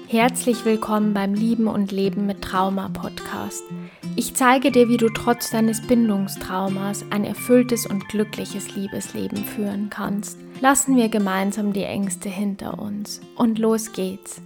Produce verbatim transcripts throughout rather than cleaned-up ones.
Herzlich willkommen beim Lieben und Leben mit Trauma Podcast. Ich zeige dir, wie du trotz deines Bindungstraumas ein erfülltes und glückliches Liebesleben führen kannst. Lassen wir gemeinsam die Ängste hinter uns. Und los geht's!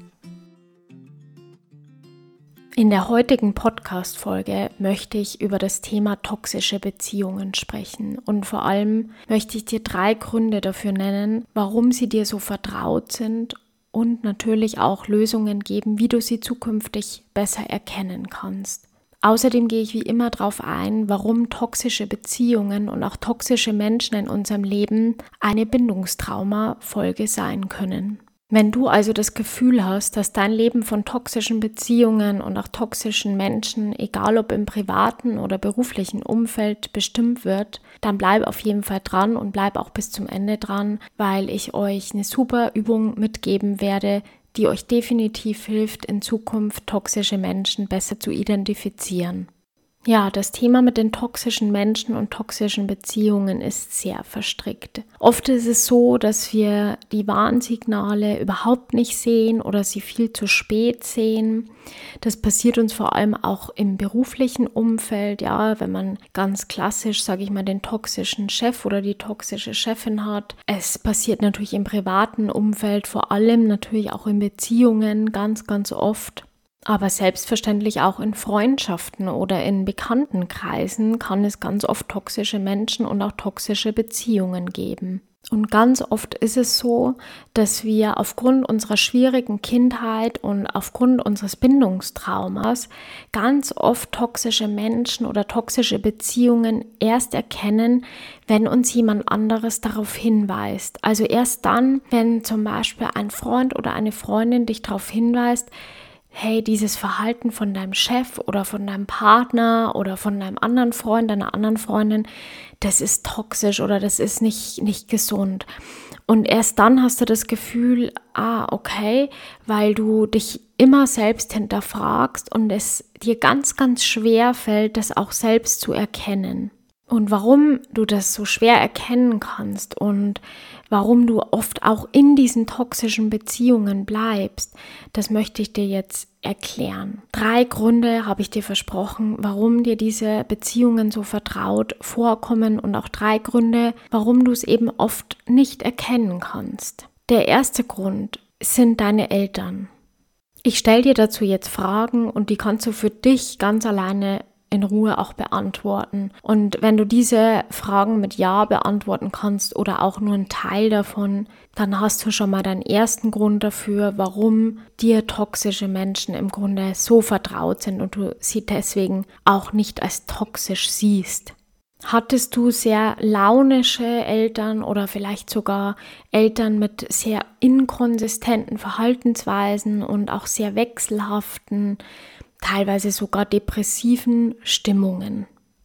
In der heutigen Podcast-Folge möchte ich über das Thema toxische Beziehungen sprechen und vor allem möchte ich dir drei Gründe dafür nennen, warum sie dir so vertraut sind und natürlich auch Lösungen geben, wie du sie zukünftig besser erkennen kannst. Außerdem gehe ich wie immer darauf ein, warum toxische Beziehungen und auch toxische Menschen in unserem Leben eine Bindungstrauma-Folge sein können. Wenn du also das Gefühl hast, dass dein Leben von toxischen Beziehungen und auch toxischen Menschen, egal ob im privaten oder beruflichen Umfeld, bestimmt wird, dann bleib auf jeden Fall dran und bleib auch bis zum Ende dran, weil ich euch eine super Übung mitgeben werde, die euch definitiv hilft, in Zukunft toxische Menschen besser zu identifizieren. Ja, das Thema mit den toxischen Menschen und toxischen Beziehungen ist sehr verstrickt. Oft ist es so, dass wir die Warnsignale überhaupt nicht sehen oder sie viel zu spät sehen. Das passiert uns vor allem auch im beruflichen Umfeld, ja, wenn man ganz klassisch, sage ich mal, den toxischen Chef oder die toxische Chefin hat. Es passiert natürlich im privaten Umfeld, vor allem natürlich auch in Beziehungen ganz, ganz oft. Aber selbstverständlich auch in Freundschaften oder in Bekanntenkreisen kann es ganz oft toxische Menschen und auch toxische Beziehungen geben. Und ganz oft ist es so, dass wir aufgrund unserer schwierigen Kindheit und aufgrund unseres Bindungstraumas ganz oft toxische Menschen oder toxische Beziehungen erst erkennen, wenn uns jemand anderes darauf hinweist. Also erst dann, wenn zum Beispiel ein Freund oder eine Freundin dich darauf hinweist, hey, dieses Verhalten von deinem Chef oder von deinem Partner oder von deinem anderen Freund, deiner anderen Freundin, das ist toxisch oder das ist nicht, nicht gesund. Und erst dann hast du das Gefühl, ah, okay, weil du dich immer selbst hinterfragst und es dir ganz, ganz schwer fällt, das auch selbst zu erkennen. Und warum du das so schwer erkennen kannst und warum du oft auch in diesen toxischen Beziehungen bleibst, das möchte ich dir jetzt erklären. Drei Gründe habe ich dir versprochen, warum dir diese Beziehungen so vertraut vorkommen und auch drei Gründe, warum du es eben oft nicht erkennen kannst. Der erste Grund sind deine Eltern. Ich stelle dir dazu jetzt Fragen und die kannst du für dich ganz alleine in Ruhe auch beantworten. Und wenn du diese Fragen mit Ja beantworten kannst oder auch nur einen Teil davon, dann hast du schon mal deinen ersten Grund dafür, warum dir toxische Menschen im Grunde so vertraut sind und du sie deswegen auch nicht als toxisch siehst. Hattest du sehr launische Eltern oder vielleicht sogar Eltern mit sehr inkonsistenten Verhaltensweisen und auch sehr wechselhaften, teilweise sogar depressiven Stimmungen?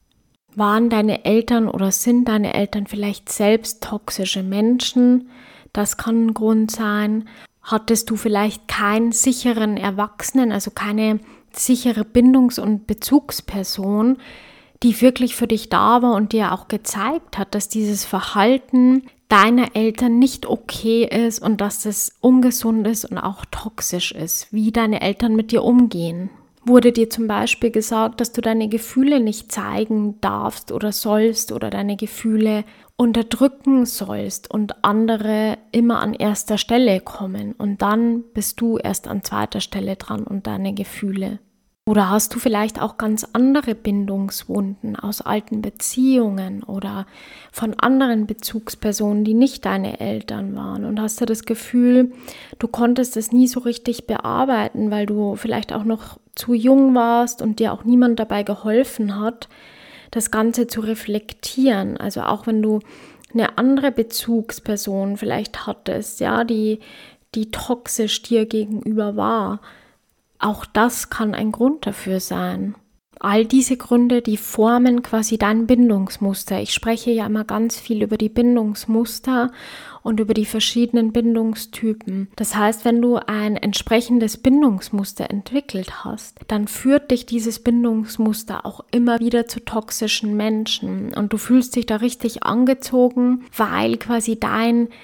Waren deine Eltern oder sind deine Eltern vielleicht selbst toxische Menschen? Das kann ein Grund sein. Hattest du vielleicht keinen sicheren Erwachsenen, also keine sichere Bindungs- und Bezugsperson, die wirklich für dich da war und dir auch gezeigt hat, dass dieses Verhalten deiner Eltern nicht okay ist und dass das ungesund ist und auch toxisch ist, wie deine Eltern mit dir umgehen? Wurde dir zum Beispiel gesagt, dass du deine Gefühle nicht zeigen darfst oder sollst oder deine Gefühle unterdrücken sollst und andere immer an erster Stelle kommen und dann bist du erst an zweiter Stelle dran und deine Gefühle? Oder hast du vielleicht auch ganz andere Bindungswunden aus alten Beziehungen oder von anderen Bezugspersonen, die nicht deine Eltern waren und hast du das Gefühl, du konntest es nie so richtig bearbeiten, weil du vielleicht auch noch zu jung warst und dir auch niemand dabei geholfen hat, das Ganze zu reflektieren. Also auch wenn du eine andere Bezugsperson vielleicht hattest, ja, die, die toxisch dir gegenüber war, auch das kann ein Grund dafür sein. All diese Gründe, die formen quasi dein Bindungsmuster. Ich spreche ja immer ganz viel über die Bindungsmuster und über die verschiedenen Bindungstypen. Das heißt, wenn du ein entsprechendes Bindungsmuster entwickelt hast, dann führt dich dieses Bindungsmuster auch immer wieder zu toxischen Menschen und du fühlst dich da richtig angezogen, weil quasi dein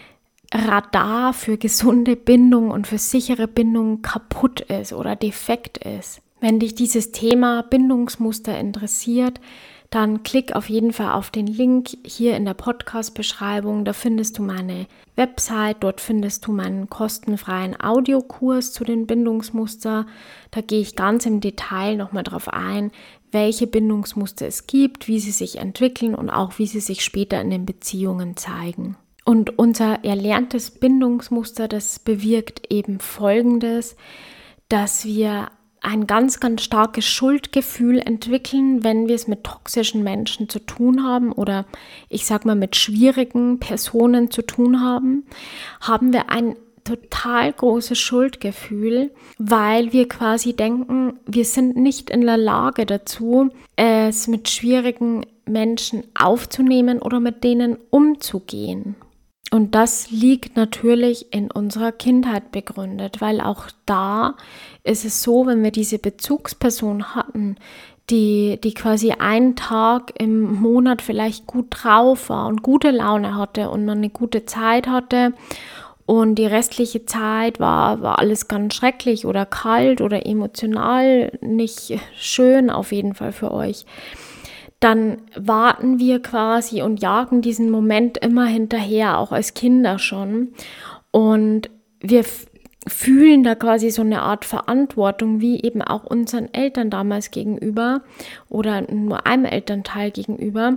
Radar für gesunde Bindung und für sichere Bindung kaputt ist oder defekt ist. Wenn dich dieses Thema Bindungsmuster interessiert, dann klick auf jeden Fall auf den Link hier in der Podcast-Beschreibung. Da findest du meine Website, dort findest du meinen kostenfreien Audiokurs zu den Bindungsmustern. Da gehe ich ganz im Detail nochmal drauf ein, welche Bindungsmuster es gibt, wie sie sich entwickeln und auch wie sie sich später in den Beziehungen zeigen. Und unser erlerntes Bindungsmuster, das bewirkt eben Folgendes, dass wir ein ganz, ganz starkes Schuldgefühl entwickeln, wenn wir es mit toxischen Menschen zu tun haben oder ich sag mal mit schwierigen Personen zu tun haben, haben wir ein total großes Schuldgefühl, weil wir quasi denken, wir sind nicht in der Lage dazu, es mit schwierigen Menschen aufzunehmen oder mit denen umzugehen. Und das liegt natürlich in unserer Kindheit begründet, weil auch da ist es so, wenn wir diese Bezugsperson hatten, die, die quasi einen Tag im Monat vielleicht gut drauf war und gute Laune hatte und man eine gute Zeit hatte und die restliche Zeit war, war alles ganz schrecklich oder kalt oder emotional nicht schön auf jeden Fall für euch. Dann warten wir quasi und jagen diesen Moment immer hinterher, auch als Kinder schon. Und wir f- fühlen da quasi so eine Art Verantwortung, wie eben auch unseren Eltern damals gegenüber oder nur einem Elternteil gegenüber,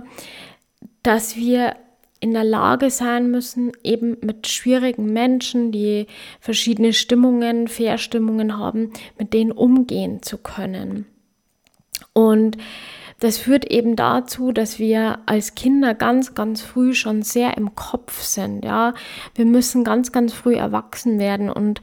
dass wir in der Lage sein müssen, eben mit schwierigen Menschen, die verschiedene Stimmungen, Verstimmungen haben, mit denen umgehen zu können. Und das führt eben dazu, dass wir als Kinder ganz, ganz früh schon sehr im Kopf sind. Ja, wir müssen ganz, ganz früh erwachsen werden und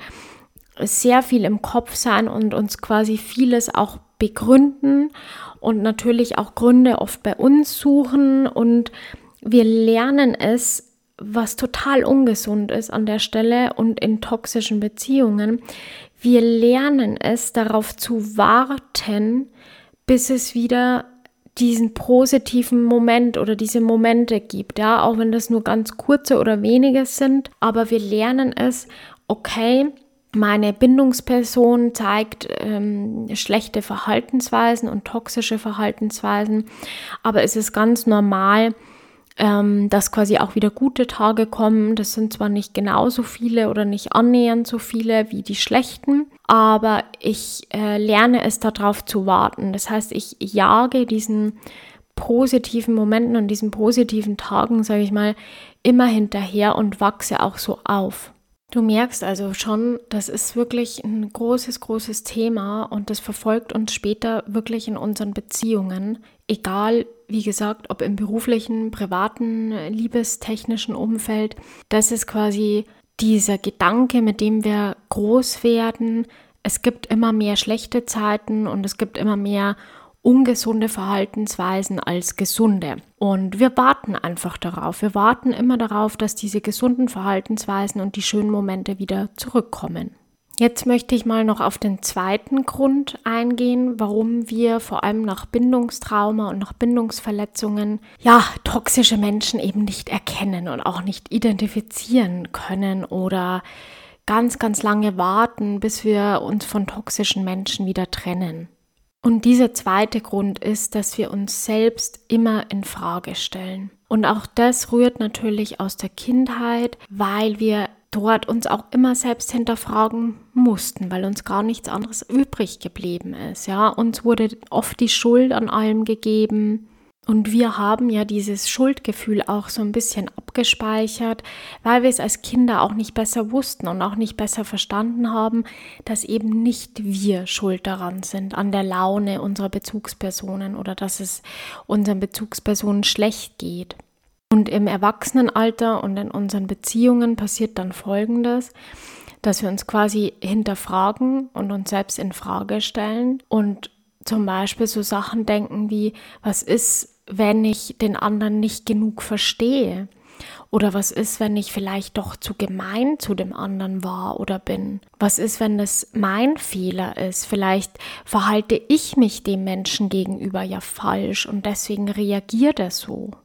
sehr viel im Kopf sein und uns quasi vieles auch begründen und natürlich auch Gründe oft bei uns suchen. Und wir lernen es, was total ungesund ist an der Stelle und in toxischen Beziehungen. Wir lernen es, darauf zu warten, bis es wieder diesen positiven Moment oder diese Momente gibt, ja, auch wenn das nur ganz kurze oder wenige sind, aber wir lernen es, okay, meine Bindungsperson zeigt ähm, schlechte Verhaltensweisen und toxische Verhaltensweisen, aber es ist ganz normal, ähm, dass quasi auch wieder gute Tage kommen. Das sind zwar nicht genauso viele oder nicht annähernd so viele wie die schlechten, aber ich äh, lerne es darauf zu warten. Das heißt, ich jage diesen positiven Momenten und diesen positiven Tagen, sage ich mal, immer hinterher und wachse auch so auf. Du merkst also schon, das ist wirklich ein großes, großes Thema und das verfolgt uns später wirklich in unseren Beziehungen. Egal, wie gesagt, ob im beruflichen, privaten, liebestechnischen Umfeld. Das ist quasi dieser Gedanke, mit dem wir groß werden. Es gibt immer mehr schlechte Zeiten und es gibt immer mehr ungesunde Verhaltensweisen als gesunde. Und wir warten einfach darauf. Wir warten immer darauf, dass diese gesunden Verhaltensweisen und die schönen Momente wieder zurückkommen. Jetzt möchte ich mal noch auf den zweiten Grund eingehen, warum wir vor allem nach Bindungstrauma und nach Bindungsverletzungen, ja, toxische Menschen eben nicht erkennen und auch nicht identifizieren können oder ganz, ganz lange warten, bis wir uns von toxischen Menschen wieder trennen. Und dieser zweite Grund ist, dass wir uns selbst immer in Frage stellen. Und auch das rührt natürlich aus der Kindheit, weil wir dort uns auch immer selbst hinterfragen mussten, weil uns gar nichts anderes übrig geblieben ist. Ja, uns wurde oft die Schuld an allem gegeben. Und wir haben ja dieses Schuldgefühl auch so ein bisschen abgespeichert, weil wir es als Kinder auch nicht besser wussten und auch nicht besser verstanden haben, dass eben nicht wir schuld daran sind, an der Laune unserer Bezugspersonen oder dass es unseren Bezugspersonen schlecht geht. Und im Erwachsenenalter und in unseren Beziehungen passiert dann Folgendes, dass wir uns quasi hinterfragen und uns selbst in Frage stellen und zum Beispiel so Sachen denken wie, was ist, wenn ich den anderen nicht genug verstehe? Oder was ist, wenn ich vielleicht doch zu gemein zu dem anderen war oder bin? Was ist, wenn das mein Fehler ist? Vielleicht verhalte ich mich dem Menschen gegenüber ja falsch und deswegen reagiert er so.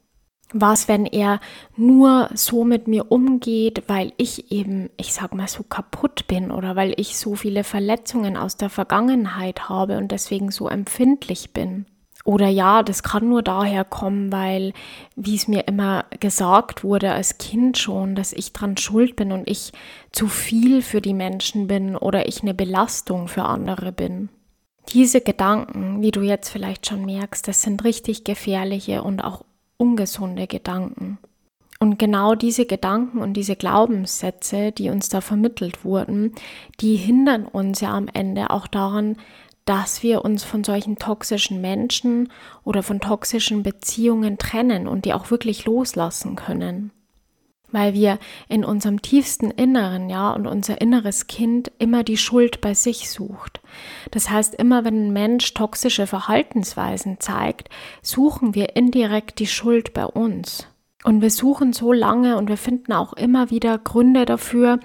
Was, wenn er nur so mit mir umgeht, weil ich eben, ich sag mal, so kaputt bin oder weil ich so viele Verletzungen aus der Vergangenheit habe und deswegen so empfindlich bin? Oder ja, das kann nur daher kommen, weil, wie es mir immer gesagt wurde als Kind schon, dass ich dran schuld bin und ich zu viel für die Menschen bin oder ich eine Belastung für andere bin. Diese Gedanken, wie du jetzt vielleicht schon merkst, das sind richtig gefährliche und auch ungesunde Gedanken. Und genau diese Gedanken und diese Glaubenssätze, die uns da vermittelt wurden, die hindern uns ja am Ende auch daran, dass wir uns von solchen toxischen Menschen oder von toxischen Beziehungen trennen und die auch wirklich loslassen können. Weil wir in unserem tiefsten Inneren, ja, und unser inneres Kind immer die Schuld bei sich sucht. Das heißt, immer wenn ein Mensch toxische Verhaltensweisen zeigt, suchen wir indirekt die Schuld bei uns. Und wir suchen so lange und wir finden auch immer wieder Gründe dafür,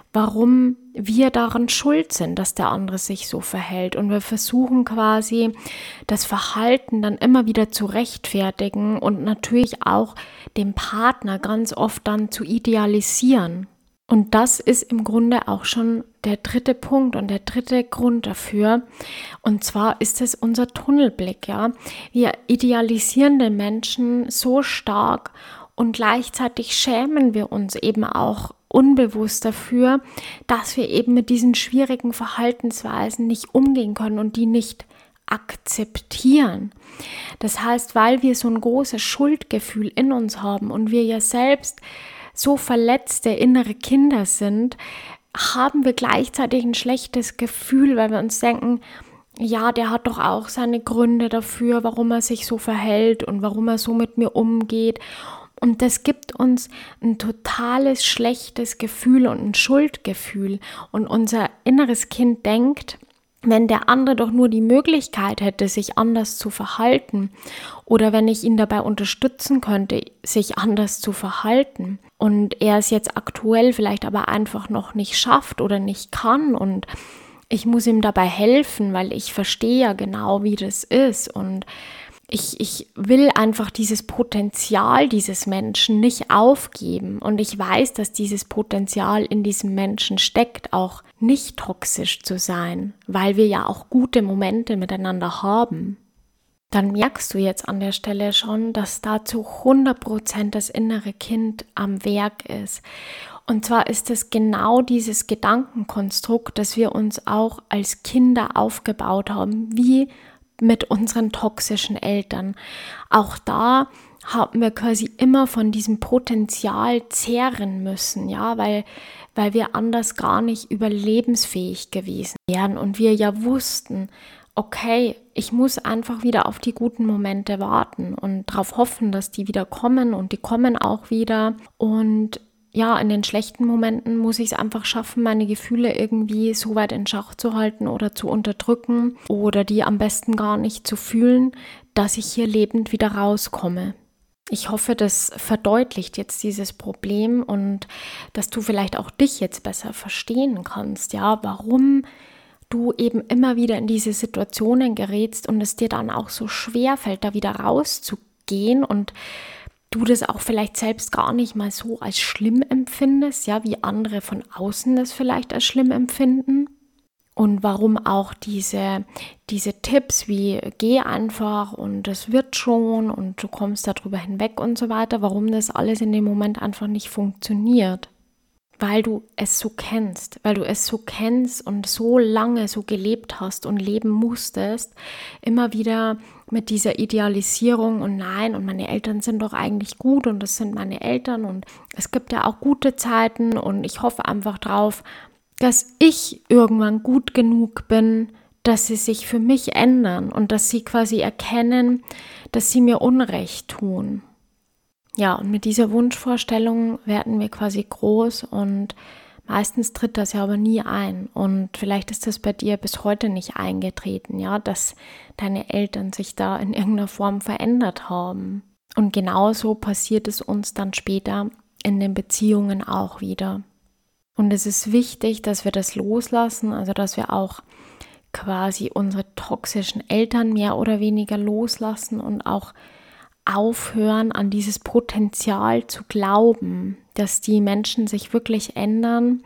warum wir daran schuld sind, dass der andere sich so verhält. Und wir versuchen quasi, das Verhalten dann immer wieder zu rechtfertigen und natürlich auch den Partner ganz oft dann zu idealisieren. Und das ist im Grunde auch schon der dritte Punkt und der dritte Grund dafür. Und zwar ist es unser Tunnelblick, ja. Wir idealisieren den Menschen so stark und gleichzeitig schämen wir uns eben auch unbewusst dafür, dass wir eben mit diesen schwierigen Verhaltensweisen nicht umgehen können und die nicht akzeptieren. Das heißt, weil wir so ein großes Schuldgefühl in uns haben und wir ja selbst so verletzte innere Kinder sind, haben wir gleichzeitig ein schlechtes Gefühl, weil wir uns denken, ja, der hat doch auch seine Gründe dafür, warum er sich so verhält und warum er so mit mir umgeht. Und das gibt uns ein totales schlechtes Gefühl und ein Schuldgefühl. Und unser inneres Kind denkt, wenn der andere doch nur die Möglichkeit hätte, sich anders zu verhalten oder wenn ich ihn dabei unterstützen könnte, sich anders zu verhalten und er es jetzt aktuell vielleicht aber einfach noch nicht schafft oder nicht kann und ich muss ihm dabei helfen, weil ich verstehe ja genau, wie das ist und Ich, ich will einfach dieses Potenzial dieses Menschen nicht aufgeben und ich weiß, dass dieses Potenzial in diesem Menschen steckt, auch nicht toxisch zu sein, weil wir ja auch gute Momente miteinander haben. Dann merkst du jetzt an der Stelle schon, dass da zu hundert Prozent das innere Kind am Werk ist. Und zwar ist es genau dieses Gedankenkonstrukt, das wir uns auch als Kinder aufgebaut haben, wie mit unseren toxischen Eltern. Auch da haben wir quasi immer von diesem Potenzial zehren müssen, ja, weil, weil wir anders gar nicht überlebensfähig gewesen wären und wir ja wussten, okay, ich muss einfach wieder auf die guten Momente warten und darauf hoffen, dass die wieder kommen und die kommen auch wieder und ja, in den schlechten Momenten muss ich es einfach schaffen, meine Gefühle irgendwie so weit in Schach zu halten oder zu unterdrücken oder die am besten gar nicht zu fühlen, dass ich hier lebend wieder rauskomme. Ich hoffe, das verdeutlicht jetzt dieses Problem und dass du vielleicht auch dich jetzt besser verstehen kannst, ja, warum du eben immer wieder in diese Situationen gerätst und es dir dann auch so schwer fällt, da wieder rauszugehen und du das auch vielleicht selbst gar nicht mal so als schlimm empfindest, ja, wie andere von außen das vielleicht als schlimm empfinden. Und warum auch diese, diese Tipps wie geh einfach und das wird schon und du kommst darüber hinweg und so weiter, warum das alles in dem Moment einfach nicht funktioniert. Weil du es so kennst, weil du es so kennst und so lange so gelebt hast und leben musstest, immer wieder mit dieser Idealisierung und nein, und meine Eltern sind doch eigentlich gut und das sind meine Eltern und es gibt ja auch gute Zeiten und ich hoffe einfach drauf, dass ich irgendwann gut genug bin, dass sie sich für mich ändern und dass sie quasi erkennen, dass sie mir Unrecht tun. Ja, und mit dieser Wunschvorstellung werden wir quasi groß und meistens tritt das ja aber nie ein. Und vielleicht ist das bei dir bis heute nicht eingetreten, ja, dass deine Eltern sich da in irgendeiner Form verändert haben. Und genauso passiert es uns dann später in den Beziehungen auch wieder. Und es ist wichtig, dass wir das loslassen, also dass wir auch quasi unsere toxischen Eltern mehr oder weniger loslassen und auch aufhören, an dieses Potenzial zu glauben, dass die Menschen sich wirklich ändern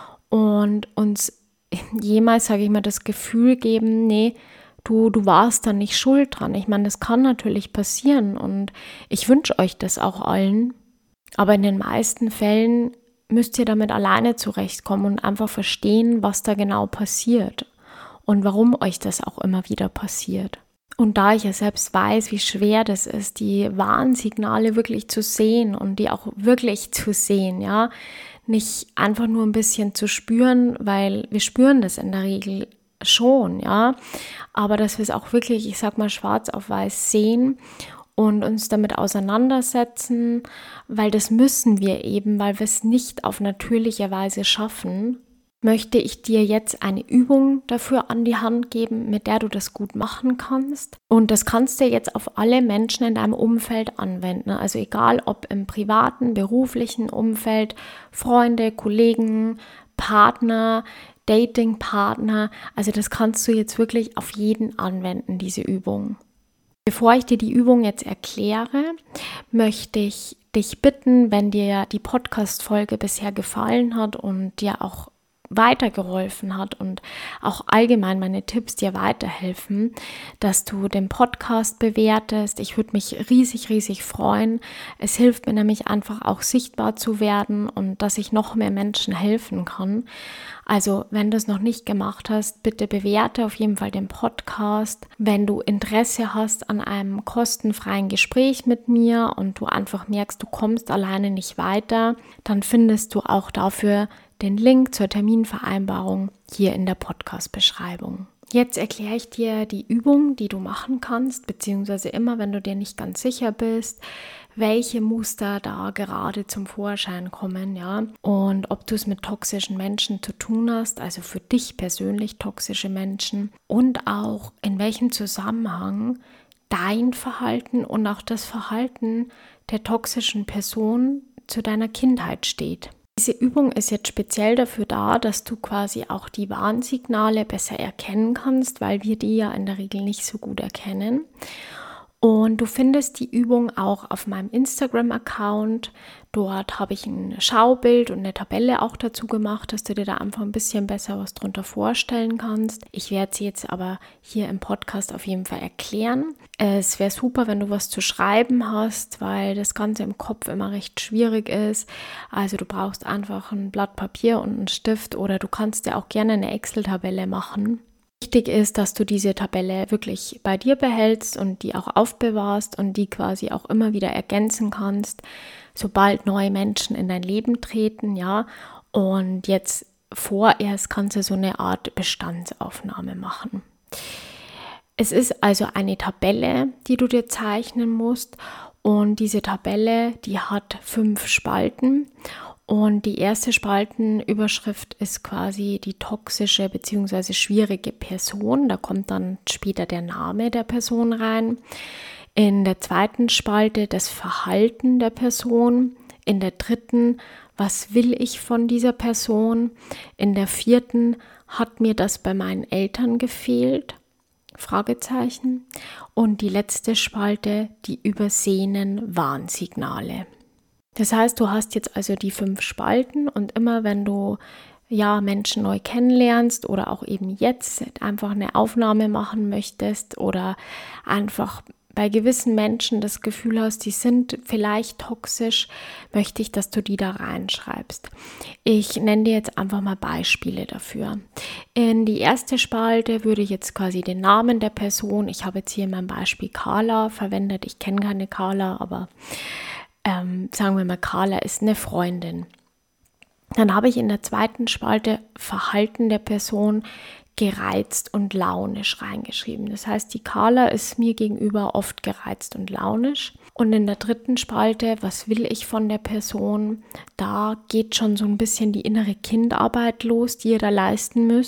und uns jemals, sage ich mal, das Gefühl geben, nee, du, du warst da nicht schuld dran. Ich meine, das kann natürlich passieren und ich wünsche euch das auch allen, aber in den meisten Fällen müsst ihr damit alleine zurechtkommen und einfach verstehen, was da genau passiert und warum euch das auch immer wieder passiert. Und da ich ja selbst weiß, wie schwer das ist, die Warnsignale wirklich zu sehen und die auch wirklich zu sehen, ja, nicht einfach nur ein bisschen zu spüren, weil wir spüren das in der Regel schon, ja, aber dass wir es auch wirklich, ich sag mal, schwarz auf weiß sehen und uns damit auseinandersetzen, weil das müssen wir eben, weil wir es nicht auf natürliche Weise schaffen, möchte ich dir jetzt eine Übung dafür an die Hand geben, mit der du das gut machen kannst. Und das kannst du jetzt auf alle Menschen in deinem Umfeld anwenden. Also egal, ob im privaten, beruflichen Umfeld, Freunde, Kollegen, Partner, Datingpartner. Also das kannst du jetzt wirklich auf jeden anwenden, diese Übung. Bevor ich dir die Übung jetzt erkläre, möchte ich dich bitten, wenn dir die Podcast-Folge bisher gefallen hat und dir auch weitergeholfen hat und auch allgemein meine Tipps dir weiterhelfen, dass du den Podcast bewertest. Ich würde mich riesig, riesig freuen. Es hilft mir nämlich einfach auch sichtbar zu werden und dass ich noch mehr Menschen helfen kann. Also wenn du es noch nicht gemacht hast, bitte bewerte auf jeden Fall den Podcast. Wenn du Interesse hast an einem kostenfreien Gespräch mit mir und du einfach merkst, du kommst alleine nicht weiter, dann findest du auch dafür den Link zur Terminvereinbarung hier in der Podcast-Beschreibung. Jetzt erkläre ich dir die Übung, die du machen kannst, beziehungsweise immer, wenn du dir nicht ganz sicher bist, welche Muster da gerade zum Vorschein kommen, ja, und ob du es mit toxischen Menschen zu tun hast, also für dich persönlich toxische Menschen und auch in welchem Zusammenhang dein Verhalten und auch das Verhalten der toxischen Person zu deiner Kindheit steht. Diese Übung ist jetzt speziell dafür da, dass du quasi auch die Warnsignale besser erkennen kannst, weil wir die ja in der Regel nicht so gut erkennen. Und du findest die Übung auch auf meinem Instagram-Account. Dort habe ich ein Schaubild und eine Tabelle auch dazu gemacht, dass du dir da einfach ein bisschen besser was drunter vorstellen kannst. Ich werde sie jetzt aber hier im Podcast auf jeden Fall erklären. Es wäre super, wenn du was zu schreiben hast, weil das Ganze im Kopf immer recht schwierig ist. Also du brauchst einfach ein Blatt Papier und einen Stift oder du kannst dir auch gerne eine Excel-Tabelle machen. Wichtig ist, dass du diese Tabelle wirklich bei dir behältst und die auch aufbewahrst und die quasi auch immer wieder ergänzen kannst, sobald neue Menschen in dein Leben treten, ja. Und jetzt vorerst kannst du so eine Art Bestandsaufnahme machen. Es ist also eine Tabelle, die du dir zeichnen musst und diese Tabelle, die hat fünf Spalten. Und die erste Spaltenüberschrift ist quasi die toxische bzw. schwierige Person. Da kommt dann später der Name der Person rein. In der zweiten Spalte das Verhalten der Person. In der dritten, was will ich von dieser Person? In der vierten, hat mir das bei meinen Eltern gefehlt? Fragezeichen. Und die letzte Spalte, die übersehenen Warnsignale. Das heißt, du hast jetzt also die fünf Spalten und immer wenn du ja Menschen neu kennenlernst oder auch eben jetzt einfach eine Aufnahme machen möchtest oder einfach bei gewissen Menschen das Gefühl hast, die sind vielleicht toxisch, möchte ich, dass du die da reinschreibst. Ich nenne dir jetzt einfach mal Beispiele dafür. In die erste Spalte würde ich jetzt quasi den Namen der Person, ich habe jetzt hier in meinem Beispiel Carla verwendet, ich kenne keine Carla, aber Ähm, sagen wir mal, Carla ist eine Freundin. Dann habe ich in der zweiten Spalte Verhalten der Person gereizt und launisch reingeschrieben. Das heißt, die Carla ist mir gegenüber oft gereizt und launisch. Und in der dritten Spalte, was will ich von der Person? Da geht schon so ein bisschen die innere Kindarbeit los, die ihr da leisten müsst.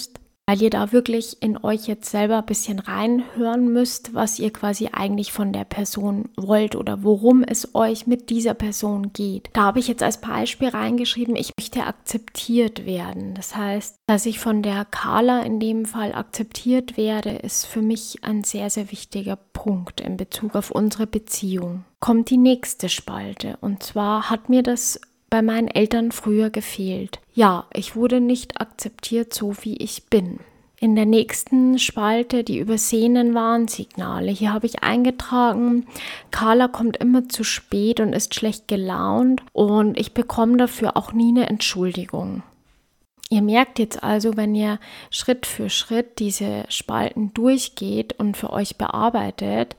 weil ihr da wirklich in euch jetzt selber ein bisschen reinhören müsst, was ihr quasi eigentlich von der Person wollt oder worum es euch mit dieser Person geht. Da habe ich jetzt als Beispiel reingeschrieben, ich möchte akzeptiert werden. Das heißt, dass ich von der Carla in dem Fall akzeptiert werde, ist für mich ein sehr, sehr wichtiger Punkt in Bezug auf unsere Beziehung. Kommt die nächste Spalte, und zwar hat mir das bei meinen Eltern früher gefehlt. Ja, ich wurde nicht akzeptiert, so wie ich bin. In der nächsten Spalte die übersehenen Warnsignale. Hier habe ich eingetragen, Carla kommt immer zu spät und ist schlecht gelaunt und ich bekomme dafür auch nie eine Entschuldigung. Ihr merkt jetzt also, wenn ihr Schritt für Schritt diese Spalten durchgeht und für euch bearbeitet,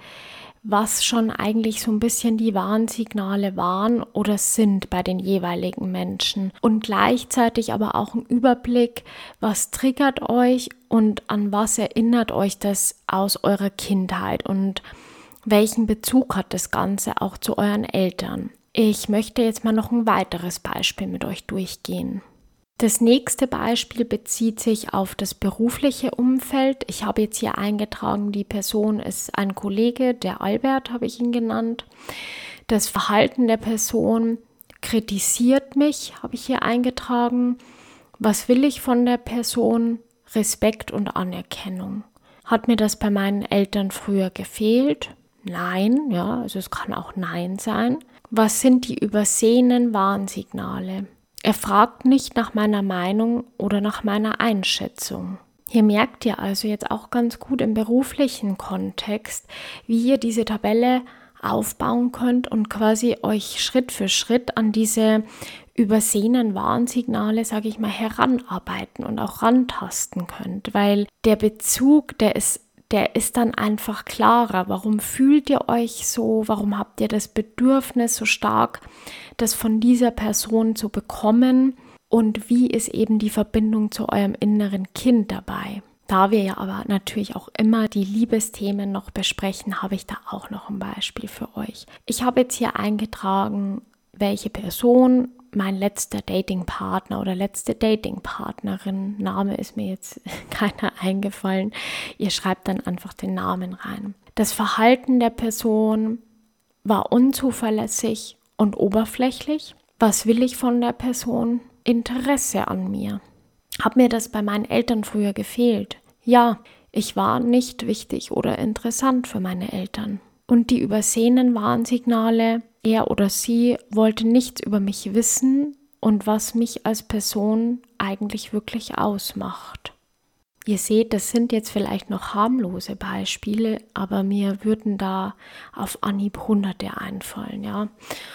was schon eigentlich so ein bisschen die Warnsignale waren oder sind bei den jeweiligen Menschen. Und gleichzeitig aber auch ein Überblick, was triggert euch und an was erinnert euch das aus eurer Kindheit und welchen Bezug hat das Ganze auch zu euren Eltern. Ich möchte jetzt mal noch ein weiteres Beispiel mit euch durchgehen. Das nächste Beispiel bezieht sich auf das berufliche Umfeld. Ich habe jetzt hier eingetragen, die Person ist ein Kollege, der Albert habe ich ihn genannt. Das Verhalten der Person kritisiert mich, habe ich hier eingetragen. Was will ich von der Person? Respekt und Anerkennung. Hat mir das bei meinen Eltern früher gefehlt? Nein, ja, also es kann auch Nein sein. Was sind die übersehenen Warnsignale? Er fragt nicht nach meiner Meinung oder nach meiner Einschätzung. Hier merkt ihr also jetzt auch ganz gut im beruflichen Kontext, wie ihr diese Tabelle aufbauen könnt und quasi euch Schritt für Schritt an diese übersehenen Warnsignale, sage ich mal, heranarbeiten und auch rantasten könnt, weil der Bezug, der ist der ist dann einfach klarer. Warum fühlt ihr euch so? Warum habt ihr das Bedürfnis so stark, das von dieser Person zu bekommen? Und wie ist eben die Verbindung zu eurem inneren Kind dabei? Da wir ja aber natürlich auch immer die Liebesthemen noch besprechen, habe ich da auch noch ein Beispiel für euch. Ich habe jetzt hier eingetragen, welche Person mein letzter Datingpartner oder letzte Datingpartnerin, Name ist mir jetzt keiner eingefallen, ihr schreibt dann einfach den Namen rein. Das Verhalten der Person war unzuverlässig und oberflächlich. Was will ich von der Person? Interesse an mir. Hat mir das bei meinen Eltern früher gefehlt? Ja, ich war nicht wichtig oder interessant für meine Eltern. Und die übersehenen Warnsignale, er oder sie wollte nichts über mich wissen und was mich als Person eigentlich wirklich ausmacht. Ihr seht, das sind jetzt vielleicht noch harmlose Beispiele, aber mir würden da auf Anhieb Hunderte einfallen, ja.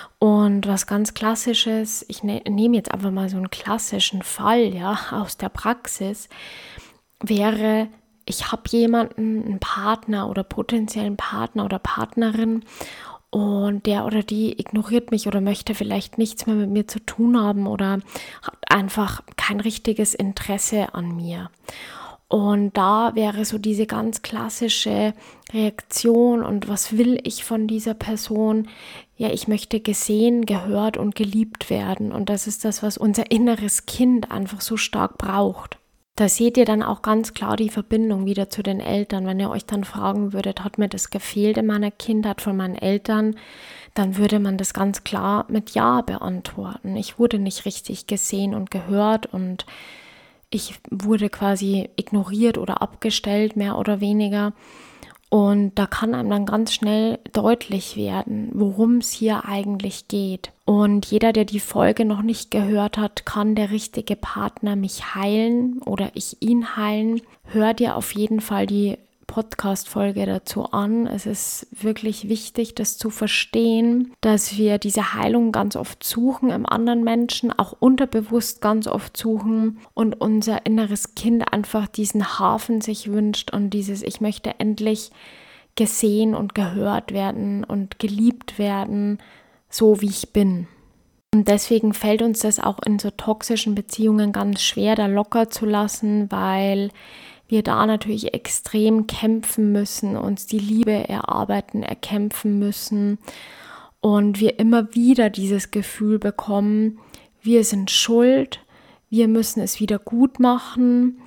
Und was ganz Klassisches, ich ne, nehme jetzt einfach mal so einen klassischen Fall, ja, aus der Praxis, wäre, ich habe jemanden, einen Partner oder potenziellen Partner oder Partnerin und der oder die ignoriert mich oder möchte vielleicht nichts mehr mit mir zu tun haben oder hat einfach kein richtiges Interesse an mir. Und da wäre so diese ganz klassische Reaktion und was will ich von dieser Person? Ja, ich möchte gesehen, gehört und geliebt werden und das ist das, was unser inneres Kind einfach so stark braucht. Da seht ihr dann auch ganz klar die Verbindung wieder zu den Eltern. Wenn ihr euch dann fragen würdet, hat mir das gefehlt in meiner Kindheit von meinen Eltern, dann würde man das ganz klar mit Ja beantworten. Ich wurde nicht richtig gesehen und gehört und ich wurde quasi ignoriert oder abgestellt, mehr oder weniger. Und da kann einem dann ganz schnell deutlich werden, worum es hier eigentlich geht. Und jeder, der die Folge noch nicht gehört hat, kann der richtige Partner mich heilen oder ich ihn heilen. Hör dir auf jeden Fall die Podcast-Folge dazu an. Es ist wirklich wichtig, das zu verstehen, dass wir diese Heilung ganz oft suchen im anderen Menschen, auch unterbewusst ganz oft suchen und unser inneres Kind einfach diesen Hafen sich wünscht und dieses ich möchte endlich gesehen und gehört werden und geliebt werden, so wie ich bin. Und deswegen fällt uns das auch in so toxischen Beziehungen ganz schwer, da locker zu lassen, weil wir da natürlich extrem kämpfen müssen, uns die Liebe erarbeiten, erkämpfen müssen und wir immer wieder dieses Gefühl bekommen, wir sind schuld, wir müssen es wieder gut machen,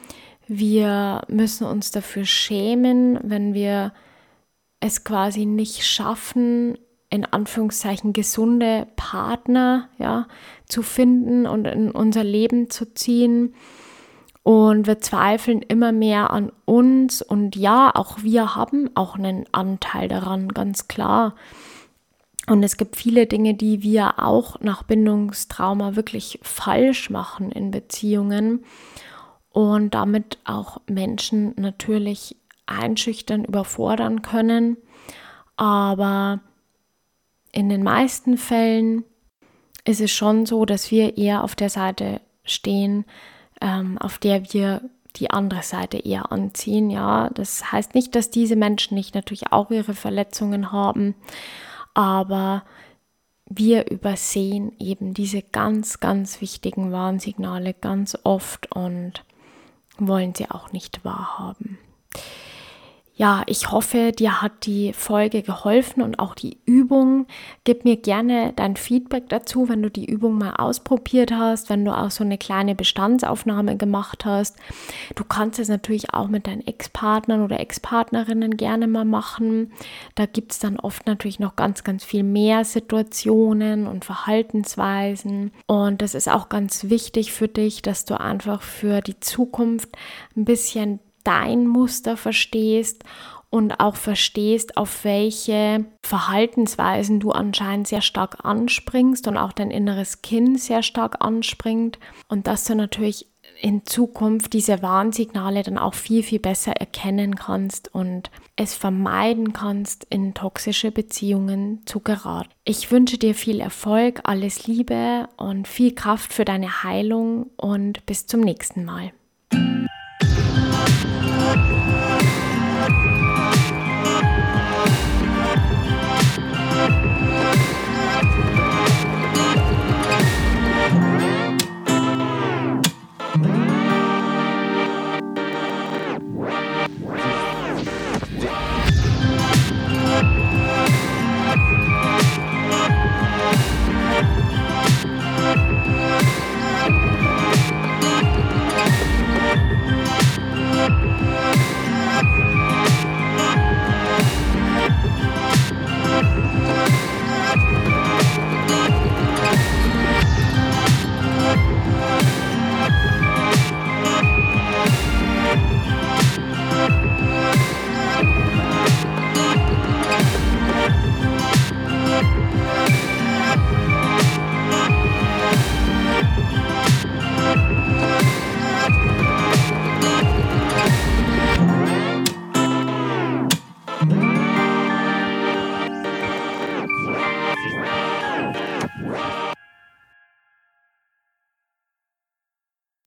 Wir müssen uns dafür schämen, wenn wir es quasi nicht schaffen, in Anführungszeichen gesunde Partner, ja, zu finden und in unser Leben zu ziehen. Und wir zweifeln immer mehr an uns. Und ja, auch wir haben auch einen Anteil daran, ganz klar. Und es gibt viele Dinge, die wir auch nach Bindungstrauma wirklich falsch machen in Beziehungen und damit auch Menschen natürlich einschüchtern, überfordern können. Aber in den meisten Fällen ist es schon so, dass wir eher auf der Seite stehen, ähm, auf der wir die andere Seite eher anziehen. Ja, das heißt nicht, dass diese Menschen nicht natürlich auch ihre Verletzungen haben, aber wir übersehen eben diese ganz, ganz wichtigen Warnsignale ganz oft und wollen sie auch nicht wahrhaben. Ja, ich hoffe, dir hat die Folge geholfen und auch die Übung. Gib mir gerne dein Feedback dazu, wenn du die Übung mal ausprobiert hast, wenn du auch so eine kleine Bestandsaufnahme gemacht hast. Du kannst es natürlich auch mit deinen Ex-Partnern oder Ex-Partnerinnen gerne mal machen. Da gibt es dann oft natürlich noch ganz, ganz viel mehr Situationen und Verhaltensweisen. Und das ist auch ganz wichtig für dich, dass du einfach für die Zukunft ein bisschen dein Muster verstehst und auch verstehst, auf welche Verhaltensweisen du anscheinend sehr stark anspringst und auch dein inneres Kind sehr stark anspringt und dass du natürlich in Zukunft diese Warnsignale dann auch viel, viel besser erkennen kannst und es vermeiden kannst, in toxische Beziehungen zu geraten. Ich wünsche dir viel Erfolg, alles Liebe und viel Kraft für deine Heilung und bis zum nächsten Mal.